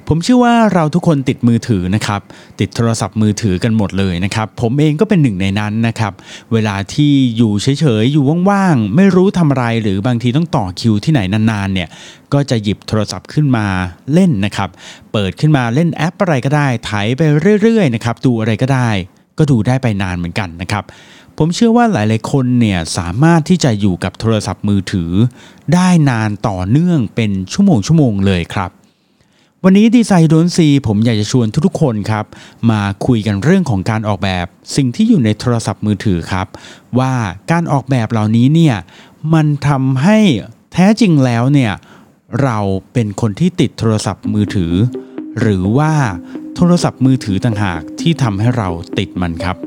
ผมเชื่อว่าเราทุกคนติดมือถือนะครับติดโทรศัพท์มือถือกันหมดเลยนะครับผมเองก็เป็นหนึ่งในนั้นนะครับเวลาที่อยู่เฉยๆอยู่ว่างๆไม่รู้ทำอะไรหรือบางทีต้องต่อคิวที่ไหนนานๆเนี่ยก็จะหยิบโทรศัพท์ขึ้นมาเล่นนะครับเปิดขึ้นมาเล่นแอปอะไรก็ได้ไถไปเรื่อยๆนะครับดูอะไรก็ได้ก็ดูได้ไปนานเหมือนกันนะครับผมเชื่อว่าหลายๆคนเนี่ยสามารถที่จะอยู่กับโทรศัพท์มือถือได้นานต่อเนื่องเป็นชั่วโมงเลยครับวันนี้ดีไซน์โดนซีผมอยากจะชวนทุกๆคนครับมาคุยกันเรื่องของการออกแบบสิ่งที่อยู่ในโทรศัพท์มือถือครับว่าการออกแบบเหล่านี้เนี่ยมันทำให้แท้จริงแล้วเนี่ยเราเป็นคนที่ติดโทรศัพท์มือถือหรือว่าโทรศัพท์มือถือต่างหากที่ทำให้เราติดมันครับ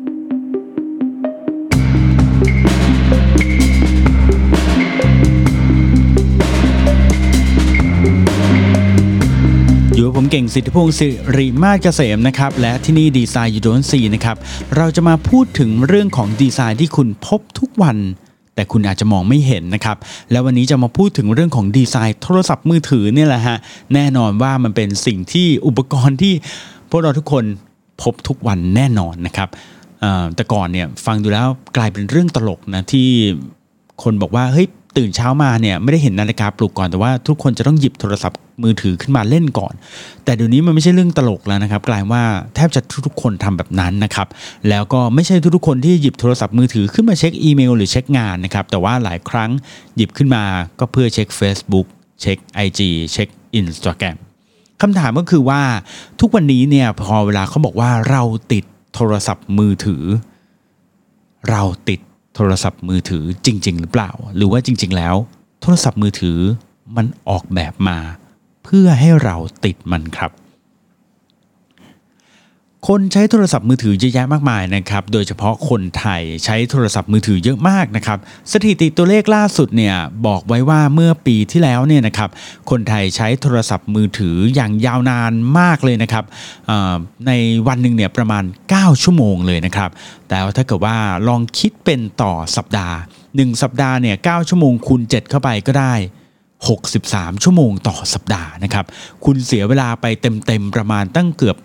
อยู่กับผมเก่งสิทธิพงศ์สิริมาศเกษมนะครับและที่นี่ดีไซน์ยูโดนซีนะครับเราจะมาพูดถึงเรื่องของดีไซน์ที่คุณพบทุกวันแต่คุณอาจจะมองไม่เห็นนะครับแล้ววันนี้จะมาพูดถึงเรื่องของดีไซน์โทรศัพท์มือถือเนี่ยแหละฮะแน่นอนว่ามันเป็นสิ่งที่อุปกรณ์ที่พวกเราทุกคนพบทุกวันแน่นอนนะครับแต่ก่อนเนี่ยฟังดูแล้วกลายเป็นเรื่องตลกนะที่คนบอกว่าเฮ้ยตื่นเช้ามาเนี่ยไม่ได้เห็นนาฬิกาปลุกก่อนแต่ว่าทุกคนจะต้องหยิบโทรศัพท์มือถือขึ้นมาเล่นก่อนแต่เดี๋ยวนี้มันไม่ใช่เรื่องตลกแล้วนะครับกลายว่าแทบจะทุกๆคนทำแบบนั้นนะครับแล้วก็ไม่ใช่ทุกๆคนที่หยิบโทรศัพท์มือถือขึ้นมาเช็คอีเมลหรือเช็คงานนะครับแต่ว่าหลายครั้งหยิบขึ้นมาก็เพื่อเช็ค Facebook เช็ค IG เช็ค Instagram คำถามก็คือว่าทุกวันนี้เนี่ยพอเวลาเขาบอกว่าเราติดโทรศัพท์มือถือเราติดโทรศัพท์มือถือจริงๆหรือเปล่าหรือว่าจริงๆแล้วโทรศัพท์มือถือมันออกแบบมาเพื่อให้เราติดมันครับคนใช้โทรศัพท์มือถือเยอะแยะมากมายนะครับโดยเฉพาะคนไทยใช้โทรศัพท์มือถือเยอะมากนะครับสถิติตัวเลขล่าสุดเนี่ยบอกไว้ว่าเมื่อปีที่แล้วเนี่ยนะครับคนไทยใช้โทรศัพท์มือถืออย่างยาวนานมากเลยนะครับในวันหนึ่งเนี่ยประมาณ9ชั่วโมงเลยนะครับแต่ถ้าเกิดว่าลองคิดเป็นต่อสัปดาห์1สัปดาห์เนี่ย9ชั่วโมงคูณ7เข้าไปก็ได้63ชั่วโมงต่อสัปดาห์นะครับคุณเสียเวลาไปเต็มๆประมาณตั้งเกือบ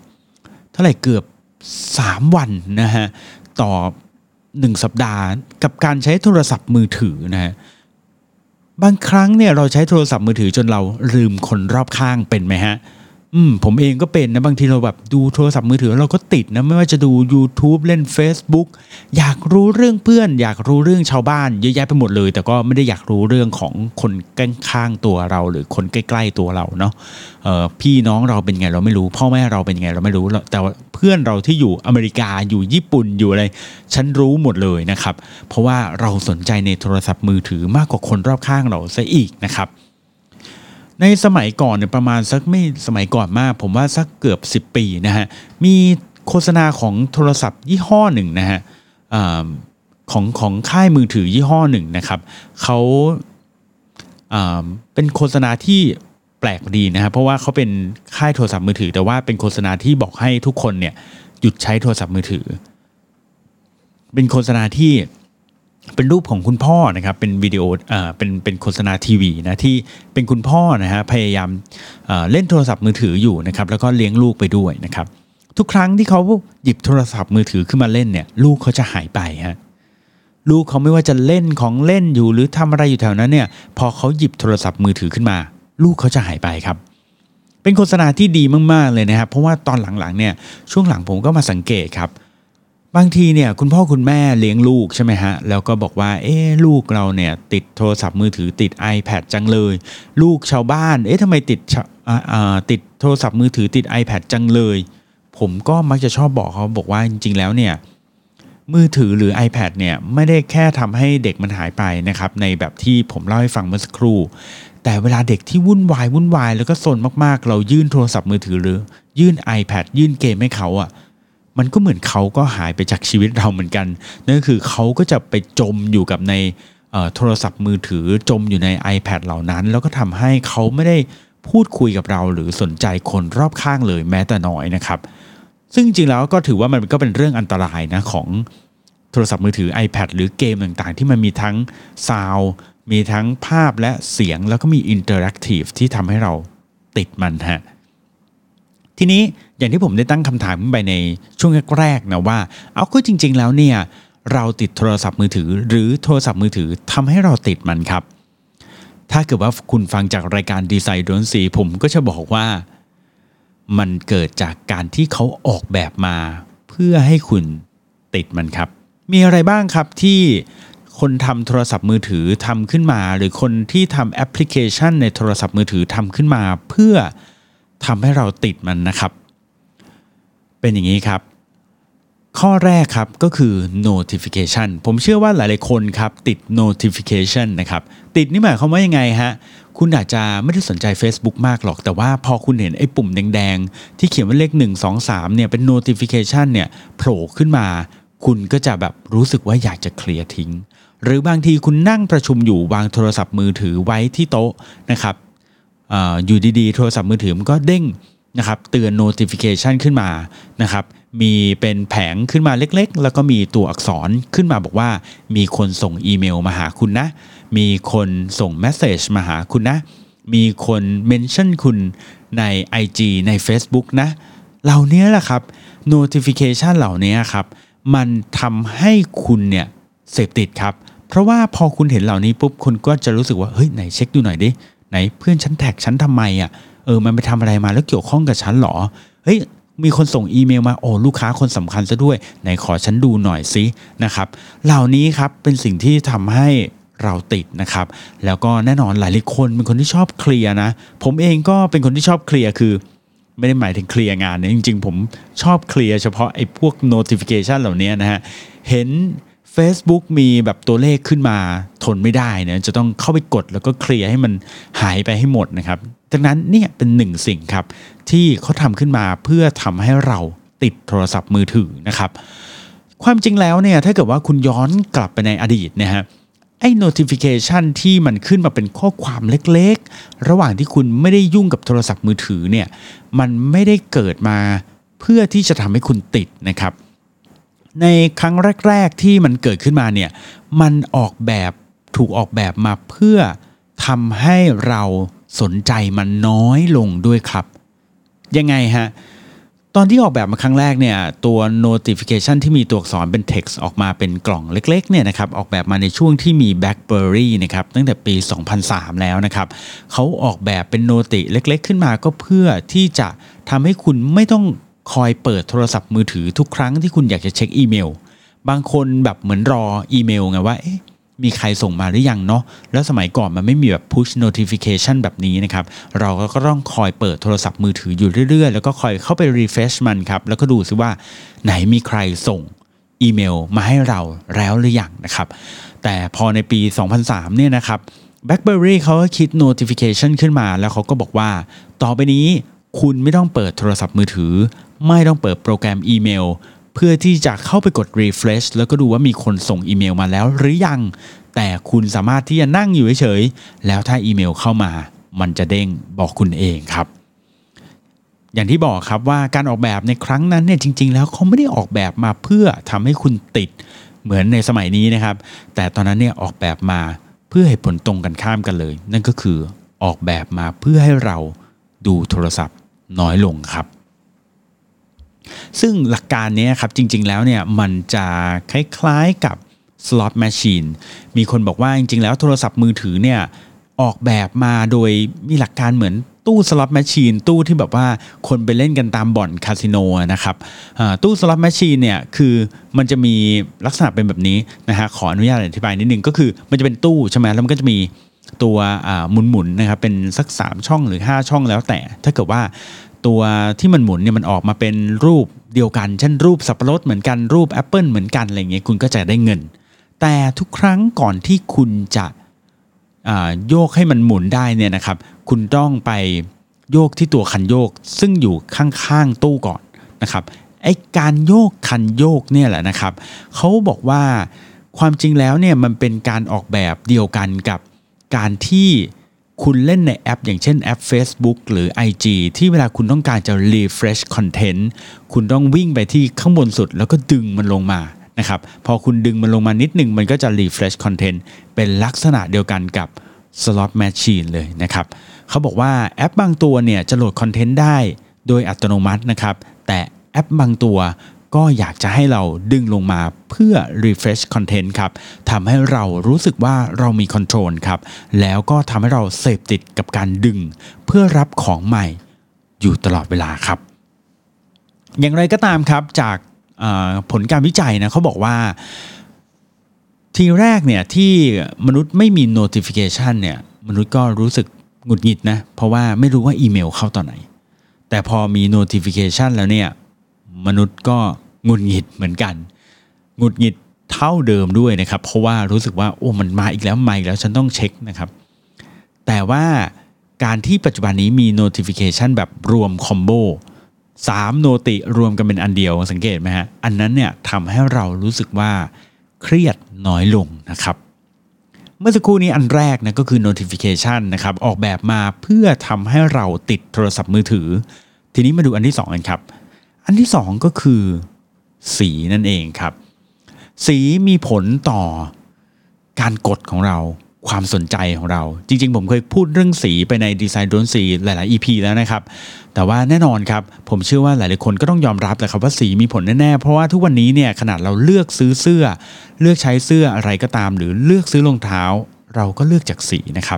3วันนะฮะต่อ1สัปดาห์กับการใช้โทรศัพท์มือถือนะฮะบางครั้งเนี่ยเราใช้โทรศัพท์มือถือจนเราลืมคนรอบข้างเป็นไหมฮะผมเองก็เป็นนะบางทีเราแบบดูโทรศัพท์มือถือเราก็ติดนะไม่ว่าจะดู YouTube เล่น Facebook อยากรู้เรื่องเพื่อนอยากรู้เรื่องชาวบ้านเยอะแยะไปหมดเลยแต่ก็ไม่ได้อยากรู้เรื่องของคนข้างๆตัวเราหรือคนใกล้ๆตัวเราเนาะพี่น้องเราเป็นไงเราไม่รู้พ่อแม่เราเป็นไงเราไม่รู้แต่ว่าเพื่อนเราที่อยู่อเมริกาอยู่ญี่ปุ่นอยู่อะไรฉันรู้หมดเลยนะครับเพราะว่าเราสนใจในโทรศัพท์มือถือมากกว่าคนรอบข้างเราซะอีกนะครับในสมัยก่อนเนี่ยประมาณสักไม่สมัยก่อนมากผมว่าสักเกือบ10ปีนะฮะมีโฆษณาของโทรศัพท์ยี่ห้อหนึ่งนะฮะของค่ายมือถือยี่ห้อหนึ่งนะครับเขาเป็นโฆษณาที่แปลกดีนะครับเพราะว่าเขาเป็นค่ายโทรศัพท์มือถือแต่ว่าเป็นโฆษณาที่บอกให้ทุกคนเนี่ยหยุดใช้โทรศัพท์มือถือเป็นโฆษณาที่เป็นรูปของคุณพ่อนะครับเป็นวิดีโอเป็นโฆษณาทีวีนะที่เป็นคุณพ่อนะฮะพยายามเล่นโทรศัพท์มือถืออยู่นะครับแล้วก็เลี้ยงลูกไปด้วยนะครับทุกครั้งที่เขาหยิบโทรศัพท์มือถือขึ้นมาเล่นเนี่ยลูกเขาจะหายไปฮะลูกเขาไม่ว่าจะเล่นของเล่นอยู่หรือทำอะไรอยู่แถวนั้นเนี่ยพอเขาหยิบโทรศัพท์มือถือขึ้นมาลูกเขาจะหายไปครับเป็นโฆษณาที่ดีมากๆเลยนะครับเพราะว่าตอนหลังๆเนี่ยช่วงหลังผมก็มาสังเกตครับบางทีเนี่ยคุณพ่อคุณแม่เลี้ยงลูกใช่ไหมฮะแล้วก็บอกว่าลูกเราเนี่ยติดโทรศัพท์มือถือติด iPad จังเลยลูกชาวบ้านทำไมติดโทรศัพท์มือถือติด iPad จังเลยผมก็มักจะชอบบอกว่าจริงๆแล้วเนี่ยมือถือหรือ iPad เนี่ยไม่ได้แค่ทำให้เด็กมันหายไปนะครับในแบบที่ผมเล่าให้ฟังเมื่อสักครู่แต่เวลาเด็กที่วุ่นวายแล้วก็ซนมากๆเรายื่นโทรศัพท์มือถือหรือยื่น iPad ยื่นเกมให้เขาอ่ะมันก็เหมือนเขาก็หายไปจากชีวิตเราเหมือนกันนั่นก็คือเขาก็จะไปจมอยู่กับในโทรศัพท์มือถือจมอยู่ใน iPad เหล่านั้นแล้วก็ทำให้เขาไม่ได้พูดคุยกับเราหรือสนใจคนรอบข้างเลยแม้แต่น้อยนะครับซึ่งจริงๆแล้วก็ถือว่ามันก็เป็นเรื่องอันตรายนะของโทรศัพท์มือถือ iPad หรือเกมต่างๆที่มันมีทั้งซาวด์มีทั้งภาพและเสียงแล้วก็มีอินเตอร์แอคทีฟที่ทำให้เราติดมันฮะทีนี้อย่างที่ผมได้ตั้งคำถามขึ้นไปในช่วงแรกๆนะว่าเอาก็จริงๆแล้วเนี่ยเราติดโทรศัพท์มือถือหรือโทรศัพท์มือถือทำให้เราติดมันครับถ้าเกิดว่าคุณฟังจากรายการดีไซน์ดนซีผมก็จะบอกว่ามันเกิดจากการที่เขาออกแบบมาเพื่อให้คุณติดมันครับมีอะไรบ้างครับที่คนทำโทรศัพท์มือถือทำขึ้นมาหรือคนที่ทำแอปพลิเคชันในโทรศัพท์มือถือทำขึ้นมาเพื่อทำให้เราติดมันนะครับเป็นอย่างนี้ครับข้อแรกครับก็คือ notification ผมเชื่อว่าหลายๆคนครับติด notification นะครับติดนี่หมายความว่ายังไงฮะคุณอาจจะไม่ได้สนใจ Facebook มากหรอกแต่ว่าพอคุณเห็นไอ้ปุ่มแดงๆที่เขียนว่าเลข1 2 3เนี่ยเป็น notification เนี่ยโผล่ขึ้นมาคุณก็จะแบบรู้สึกว่าอยากจะเคลียร์ทิ้งหรือบางทีคุณนั่งประชุมอยู่วางโทรศัพท์มือถือไว้ที่โต๊ะนะครับอยู่ดีๆโทรศัพท์มือถือมันก็เด้งนะครับเตือน notification ขึ้นมานะครับมีเป็นแผงขึ้นมาเล็กๆแล้วก็มีตัวอักษรขึ้นมาบอกว่ามีคนส่งอีเมลมาหาคุณนะมีคนส่งเมสเสจมาหาคุณนะมีคนเมนชั่นคุณใน IG ใน Facebook นะเหล่านี้แหละครับ notification เหล่านี้ครับมันทำให้คุณเนี่ยเสพติดครับเพราะว่าพอคุณเห็นเหล่านี้ปุ๊บคุณก็จะรู้สึกว่าเฮ้ยไหนเช็คดูหน่อยดิไหนเพื่อนฉันแท็กฉันทำไมอ่ะมันไปทำอะไรมาแล้วเกี่ยวข้องกับฉันหรอเฮ้ยมีคนส่งอีเมลมาโอ้ลูกค้าคนสำคัญซะด้วยไหนขอฉันดูหน่อยสินะครับเหล่านี้ครับเป็นสิ่งที่ทำให้เราติดนะครับแล้วก็แน่นอนหลายคนเป็นคนที่ชอบเคลียร์นะผมเองก็เป็นคนที่ชอบเคลียร์คือไม่ได้หมายถึงเคลียร์งานนะจริงๆผมชอบเคลียร์เฉพาะไอ้พวก notification เหล่านี้นะฮะเห็น Facebook มีแบบตัวเลขขึ้นมาทนไม่ได้เนี่ยจะต้องเข้าไปกดแล้วก็เคลียร์ให้มันหายไปให้หมดนะครับดังนั้นเนี่ยเป็นหนึ่งสิ่งครับที่เขาทำขึ้นมาเพื่อทำให้เราติดโทรศัพท์มือถือนะครับความจริงแล้วเนี่ยถ้าเกิดว่าคุณย้อนกลับไปในอดีตนะฮะไอ้ notification ที่มันขึ้นมาเป็นข้อความเล็กๆระหว่างที่คุณไม่ได้ยุ่งกับโทรศัพท์มือถือเนี่ยมันไม่ได้เกิดมาเพื่อที่จะทำให้คุณติดนะครับในครั้งแรกๆที่มันเกิดขึ้นมาเนี่ยมันถูกออกแบบมาเพื่อทำให้เราสนใจมันน้อยลงด้วยครับยังไงฮะตอนที่ออกแบบมาครั้งแรกเนี่ยตัว notification ที่มีตัวอักษรเป็น text ออกมาเป็นกล่องเล็กๆเนี่ยนะครับออกแบบมาในช่วงที่มี BlackBerry นะครับตั้งแต่ปี 2003 แล้วนะครับเขาออกแบบเป็นโนติเล็กๆขึ้นมาก็เพื่อที่จะทำให้คุณไม่ต้องคอยเปิดโทรศัพท์มือถือทุกครั้งที่คุณอยากจะเช็คอีเมลบางคนแบบเหมือนรออีเมลไงว่ามีใครส่งมาหรือยังเนาะแล้วสมัยก่อนมันไม่มีแบบ push notification แบบนี้นะครับเราก็ต้องคอยเปิดโทรศัพท์มือถืออยู่เรื่อยๆแล้วก็คอยเข้าไป refresh มันครับแล้วก็ดูซิว่าไหนมีใครส่งอีเมลมาให้เราแล้วหรือยังนะครับแต่พอในปี 2003 เนี่ยนะครับ BlackBerry เขาก็คิด notification ขึ้นมาแล้วเขาก็บอกว่าต่อไปนี้คุณไม่ต้องเปิดโทรศัพท์มือถือไม่ต้องเปิดโปรแกรมอีเมลเพื่อที่จะเข้าไปกด refresh แล้วก็ดูว่ามีคนส่งอีเมลมาแล้วหรือยังแต่คุณสามารถที่จะนั่งอยู่เฉยๆแล้วถ้าอีเมลเข้ามามันจะเด้งบอกคุณเองครับอย่างที่บอกครับว่าการออกแบบในครั้งนั้นเนี่ยจริงๆแล้วเขาไม่ได้ออกแบบมาเพื่อทำให้คุณติดเหมือนในสมัยนี้นะครับแต่ตอนนั้นเนี่ยออกแบบมาเพื่อให้ผลตรงกันข้ามกันเลยนั่นก็คือออกแบบมาเพื่อให้เราดูโทรศัพท์น้อยลงครับซึ่งหลักการนี้ครับจริงๆแล้วเนี่ยมันจะคล้ายๆกับ slot machine มีคนบอกว่าจริงๆแล้วโทรศัพท์มือถือเนี่ยออกแบบมาโดยมีหลักการเหมือนตู้ slot machine ตู้ที่แบบว่าคนไปเล่นกันตามบ่อนคาสิโนนะครับตู้ slot machine เนี่ยคือมันจะมีลักษณะเป็นแบบนี้นะฮะขออนุญาตอธิบายนิดนึงก็คือมันจะเป็นตู้ใช่ไหมแล้วมันก็จะมีตัวหมุนๆนะครับเป็นสัก3ช่องหรือ5ช่องแล้วแต่ถ้าเกิดว่าตัวที่มันหมุนเนี่ยมันออกมาเป็นรูปเดียวกันเช่นรูปสับปะรดเหมือนกันรูปแอปเปิลเหมือนกันอะไรเงี้ยคุณก็จะได้เงินแต่ทุกครั้งก่อนที่คุณจะโยกให้มันหมุนได้เนี่ยนะครับคุณต้องไปโยกที่ตัวคันโยกซึ่งอยู่ข้างๆตู้ก่อนนะครับไอ้การโยกคันโยกเนี่ยแหละนะครับเขาบอกว่าความจริงแล้วเนี่ยมันเป็นการออกแบบเดียวกันกับการที่คุณเล่นในแอปอย่างเช่นแอป Facebook หรือ IG ที่เวลาคุณต้องการจะ refresh content คุณต้องวิ่งไปที่ข้างบนสุดแล้วก็ดึงมันลงมานะครับพอคุณดึงมันลงมานิดนึงมันก็จะ refresh content เป็นลักษณะเดียวกันกับ slot machine เลยนะครับเขาบอกว่าแอปบางตัวเนี่ยจะโหลดคอนเทนต์ได้โดยอัตโนมัตินะครับแต่แอปบางตัวก็อยากจะให้เราดึงลงมาเพื่อ refresh content ครับทำให้เรารู้สึกว่าเรามี control ครับแล้วก็ทำให้เราเสพติดกับการดึงเพื่อรับของใหม่อยู่ตลอดเวลาครับอย่างไรก็ตามครับจากผลการวิจัยนะเขาบอกว่าทีแรกเนี่ยที่มนุษย์ไม่มี notification เนี่ยมนุษย์ก็รู้สึกหงุดหงิดนะเพราะว่าไม่รู้ว่าอีเมลเข้าตอนไหนแต่พอมี notification แล้วเนี่ยมนุษย์ก็หงุดหงิดเหมือนกันหงุดหงิดเท่าเดิมด้วยนะครับเพราะว่ารู้สึกว่าโอ้มันมาอีกแล้วฉันต้องเช็คนะครับแต่ว่าการที่ปัจจุบันนี้มี notification แบบรวมคอมโบ3โนติรวมกันเป็นอันเดียวสังเกตไหมฮะอันนั้นเนี่ยทำให้เรารู้สึกว่าเครียดน้อยลงนะครับเมื่อสักครู่นี้อันแรกนะก็คือ notification นะครับออกแบบมาเพื่อทำให้เราติดโทรศัพท์มือถือทีนี้มาดูอันที่2กันครับอันที่2ก็คือสีนั่นเองครับสีมีผลต่อการกดของเราความสนใจของเราจริงๆผมเคยพูดเรื่องสีไปใน Design Don't See หลายๆ EP แล้วนะครับแต่ว่าแน่นอนครับผมเชื่อว่าหลายๆคนก็ต้องยอมรับแหละครับว่าสีมีผลแน่ๆเพราะว่าทุกวันนี้เนี่ยขนาดเราเลือกซื้อเสื้อเลือกใช้เสื้ออะไรก็ตามหรือเลือกซื้อรองเท้าเราก็เลือกจากสีนะครับ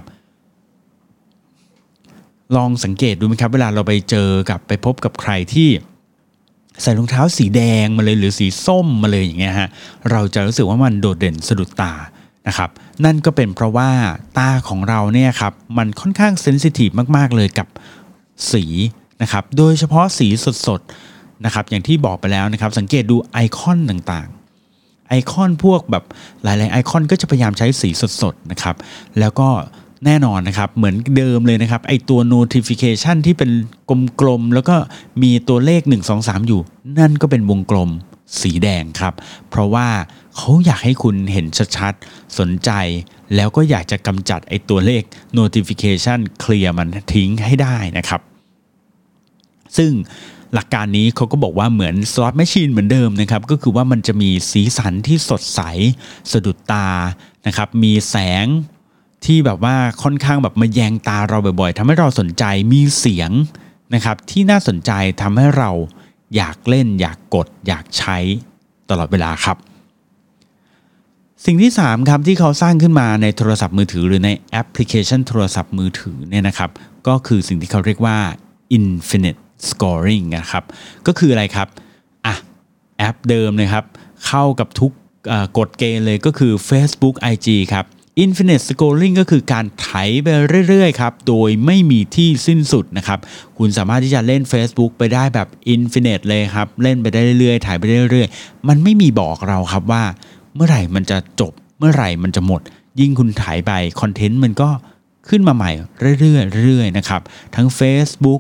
ลองสังเกตดูไหมครับเวลาเราไปพบกับใครที่ใส่รองเท้าสีแดงมาเลยหรือสีส้มมาเลยอย่างเงี้ยฮะเราจะรู้สึกว่ามันโดดเด่นสะดุดตานะครับนั่นก็เป็นเพราะว่าตาของเราเนี่ยครับมันค่อนข้างเซนซิทีฟมากๆเลยกับสีนะครับโดยเฉพาะสีสดๆนะครับอย่างที่บอกไปแล้วนะครับสังเกตดูไอคอนต่างๆไอคอนพวกแบบหลายๆไอคอนก็จะพยายามใช้สีสดๆนะครับแล้วก็แน่นอนนะครับเหมือนเดิมเลยนะครับไอตัว notification ที่เป็นกลมๆแล้วก็มีตัวเลข1 2 3อยู่นั่นก็เป็นวงกลมสีแดงครับเพราะว่าเขาอยากให้คุณเห็นชัดๆสนใจแล้วก็อยากจะกำจัดไอตัวเลข notification เคลียร์มันทิ้งให้ได้นะครับซึ่งหลักการนี้เขาก็บอกว่าเหมือน slot machine เหมือนเดิมนะครับก็คือว่ามันจะมีสีสันที่สดใสสะดุดตานะครับมีแสงที่แบบว่าค่อนข้างแบบมาแยงตาเราบ่อยๆทำให้เราสนใจมีเสียงนะครับที่น่าสนใจทำให้เราอยากเล่นอยากกดอยากใช้ตลอดเวลาครับสิ่งที่3ครับที่เขาสร้างขึ้นมาในโทรศัพท์มือถือหรือในแอปพลิเคชันโทรศัพท์มือถือเนี่ยนะครับก็คือสิ่งที่เขาเรียกว่า infinite scoring นะครับก็คืออะไรครับแอปเดิมเลยครับเข้ากับทุกกฎเกณฑ์เลยก็คือ Facebook IG ครับ Infinite Scrolling ก็คือการไถไปเรื่อยๆครับโดยไม่มีที่สิ้นสุดนะครับคุณสามารถที่จะเล่น Facebook ไปได้แบบ Infinite เลยครับเล่นไปได้เรื่อยๆถ่ายไปเรื่อยๆมันไม่มีบอกเราครับว่าเมื่อไหร่มันจะจบเมื่อไหร่มันจะหมดยิ่งคุณถ่ายไปคอนเทนต์มันก็ขึ้นมาใหม่เรื่อยๆนะครับทั้ง Facebook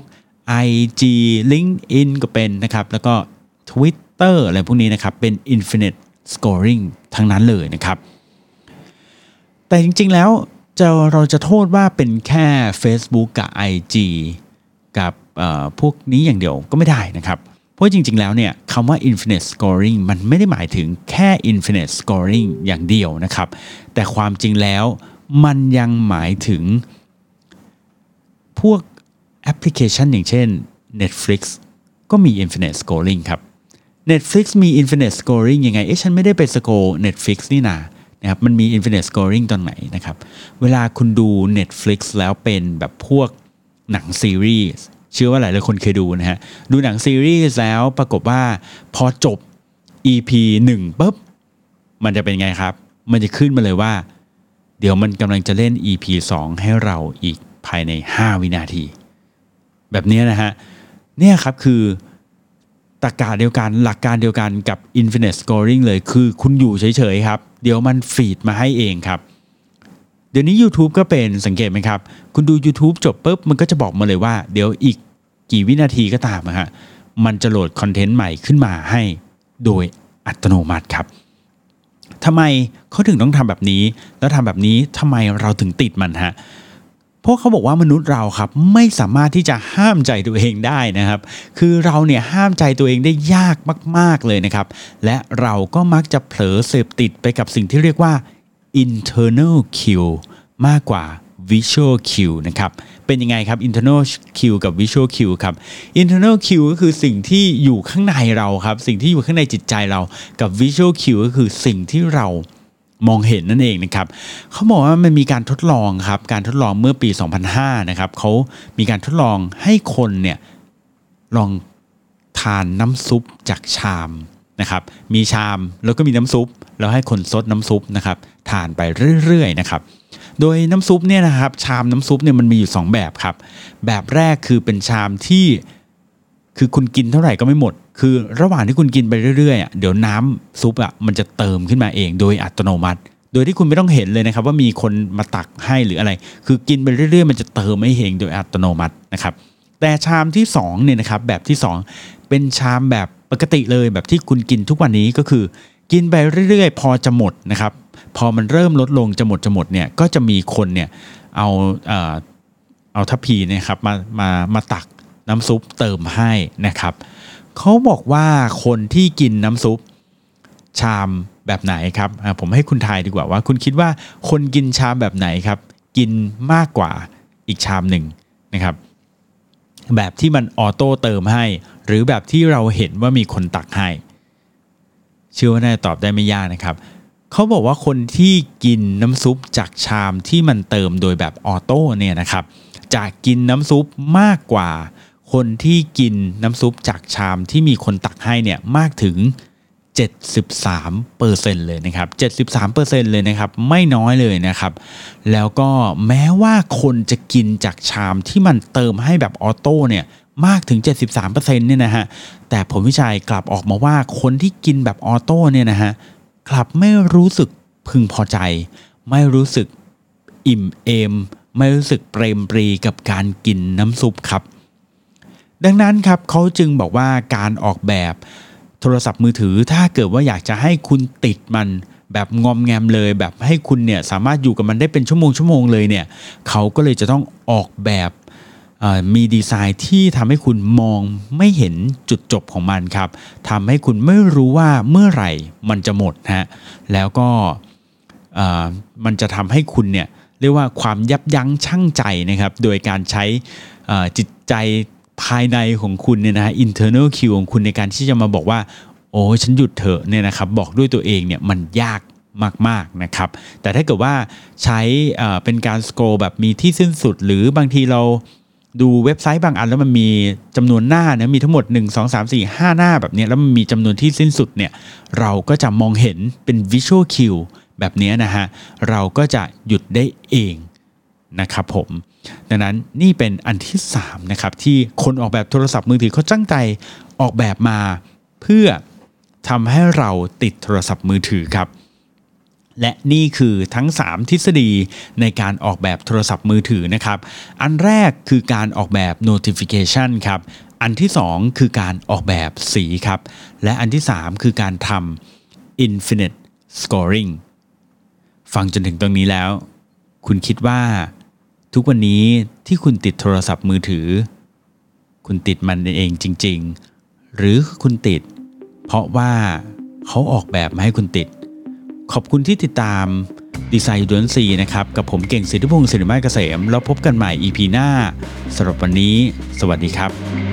IG LinkedIn ก็เป็นนะครับแล้วก็ Twitter อะไรพวกนี้นะครับเป็น Infinite Scoring ทั้งนั้นเลยนะครับแต่จริงๆแล้วเราจะโทษว่าเป็นแค่ Facebook กับ IG กับพวกนี้อย่างเดียวก็ไม่ได้นะครับเพราะจริงๆแล้วเนี่ยคำว่า Infinite Scoring มันไม่ได้หมายถึงแค่ Infinite Scoring อย่างเดียวนะครับแต่ความจริงแล้วมันยังหมายถึงพวกแอปพลิเคชันอย่างเช่น Netflix ก็มี Infinite Scoring ครับ Netflix มี Infinite Scoring ยังไงฉันไม่ได้ไปสโกร์ Netflix นี่นะครับมันมี Infinite Scoring ตอนไหนนะครับเวลาคุณดู Netflix แล้วเป็นแบบพวกหนังซีรีส์เชื่อว่าหลายคนเคยดูนะฮะดูหนังซีรีส์แล้วปรากฏว่าพอจบ EP 1ปุ๊บมันจะเป็นไงครับมันจะขึ้นมาเลยว่าเดี๋ยวมันกำลังจะเล่น EP 2ให้เราอีกภายใน5วินาทีแบบนี้นะฮะเนี่ยครับคือตรรกะเดียวกันหลักการเดียวกันกับ Infinite Scoring เลยคือคุณอยู่เฉยๆครับเดี๋ยวมันฟีดมาให้เองครับเดี๋ยวนี้ YouTube ก็เป็นสังเกตไหมครับคุณดู YouTube จบปุ๊บมันก็จะบอกมาเลยว่าเดี๋ยวอีกกี่วินาทีก็ตามนะฮะมันจะโหลดคอนเทนต์ใหม่ขึ้นมาให้โดยอัตโนมัติครับทำไมเขาถึงต้องทำแบบนี้แล้วทำแบบนี้ทำไมเราถึงติดมันฮะเพราะเขาบอกว่ามนุษย์เราครับไม่สามารถที่จะห้ามใจตัวเองได้นะครับคือเราเนี่ยห้ามใจตัวเองได้ยากมากๆเลยนะครับและเราก็มักจะเผลอเสพติดไปกับสิ่งที่เรียกว่า internal cue มากกว่า visual cue นะครับเป็นยังไงครับ internal cue กับ visual cue ครับ internal cue ก็คือสิ่งที่อยู่ข้างในเราครับสิ่งที่อยู่ข้างในจิตใจเรากับ visual cue ก็คือสิ่งที่เรามองเห็นนั่นเองนะครับเขาบอกว่ามันมีการทดลองครับการทดลองเมื่อปี 2005 นะครับเขามีการทดลองให้คนเนี่ยลองทานน้ำซุปจากชามนะครับมีชามแล้วก็มีน้ำซุปแล้วให้คนซดน้ำซุปนะครับทานไปเรื่อยๆนะครับโดยน้ำซุปเนี่ยนะครับชามน้ำซุปเนี่ยมันมีอยู่2แบบครับแบบแรกคือเป็นชามที่คือคุณกินเท่าไหร่ก็ไม่หมดคือระหว่างที่คุณกินไปเรื่อยๆเดี๋ยวน้ำซุปมันจะเติมขึ้นมาเองโดยอัตโนมัติโดยที่คุณไม่ต้องเห็นเลยนะครับว่ามีคนมาตักให้หรืออะไรคือกินไปเรื่อยๆมันจะเติมให้เองโดยอัตโนมัตินะครับแต่ชามที่2เนี่ยนะครับแบบที่2เป็นชามแบบปกติเลยแบบที่คุณกินทุกวันนี้ก็คือกินไปเรื่อยๆพอจะหมดนะครับพอมันเริ่มลดลงจะหมดเนี่ยก็จะมีคนเนี่ยเอาทัพพีเนี่ยครับมาตักน้ำซุปเติมให้นะครับเขาบอกว่าคนที่กินน้ำซุปชามแบบไหนครับผมให้คุณทายดีกว่าว่าคุณคิดว่าคนกินชามแบบไหนครับกินมากกว่าอีกชามหนึ่งนะครับแบบที่มันออโต้เติมให้หรือแบบที่เราเห็นว่ามีคนตักให้เชื่อว่าน่าจะตอบได้ไม่ยากนะครับเขาบอกว่าคนที่กินน้ำซุปจากชามที่มันเติมโดยแบบออโต้เนี่ยนะครับจะกินน้ำซุปมากกว่าคนที่กินน้ำซุปจากชามที่มีคนตักให้เนี่ยมากถึง 73% เลยนะครับ 73% เลยนะครับไม่น้อยเลยนะครับแล้วก็แม้ว่าคนจะกินจากชามที่มันเติมให้แบบออโต้เนี่ยมากถึง 73% เนี่ยนะฮะแต่ผลวิจัยกลับออกมาว่าคนที่กินแบบออโต้เนี่ยนะฮะกลับไม่รู้สึกพึงพอใจไม่รู้สึกอิ่มเอมไม่รู้สึกเปรมปรีกับการกินน้ำซุปครับดังนั้นครับเขาจึงบอกว่าการออกแบบโทรศัพท์มือถือถ้าเกิดว่าอยากจะให้คุณติดมันแบบงอมแงมเลยแบบให้คุณเนี่ยสามารถอยู่กับมันได้เป็นชั่วโมงเลยเนี่ยเขาก็เลยจะต้องออกแบบมีดีไซน์ที่ทำให้คุณมองไม่เห็นจุดจบของมันครับทำให้คุณไม่รู้ว่าเมื่อไหร่มันจะหมดฮะแล้วก็มันจะทำให้คุณเนี่ยเรียกว่าความยับยั้งชั่งใจนะครับโดยการใช้จิตใจภายในของคุณเนี่ยนะฮะ internal cue ของคุณในการที่จะมาบอกว่าโอ้ฉันหยุดเถอะเนี่ยนะครับบอกด้วยตัวเองเนี่ยมันยากมากๆนะครับแต่ถ้าเกิดว่าใช้เป็นการสโครลแบบมีที่สิ้นสุดหรือบางทีเราดูเว็บไซต์บางอันแล้วมันมีจำนวนหน้านะมีทั้งหมด1 2 3 4 5หน้าแบบนี้แล้วมันมีจำนวนที่สิ้นสุดเนี่ยเราก็จะมองเห็นเป็น visual cue แบบนี้นะฮะเราก็จะหยุดได้เองนะครับผมดังนั้นนี่เป็นอันที่3นะครับที่คนออกแบบโทรศัพท์มือถือเขาตั้งใจออกแบบมาเพื่อทำให้เราติดโทรศัพท์มือถือครับและนี่คือทั้ง3ทฤษฎีในการออกแบบโทรศัพท์มือถือนะครับอันแรกคือการออกแบบ notification ครับอันที่2คือการออกแบบสีครับและอันที่3คือการทำ infinite scoring ฟังจนถึงตรงนี้แล้วคุณคิดว่าทุกวันนี้ที่คุณติดโทรศัพท์มือถือคุณติดมันเองจริงๆหรือคุณติดเพราะว่าเขาออกแบบมาให้คุณติดขอบคุณที่ติดตามดีไซน์UCนะครับกับผมเก่งสิทธิพงศ์ศิริมาศเกษมแล้วพบกันใหม่ EP หน้าสำหรับวันนี้สวัสดีครับ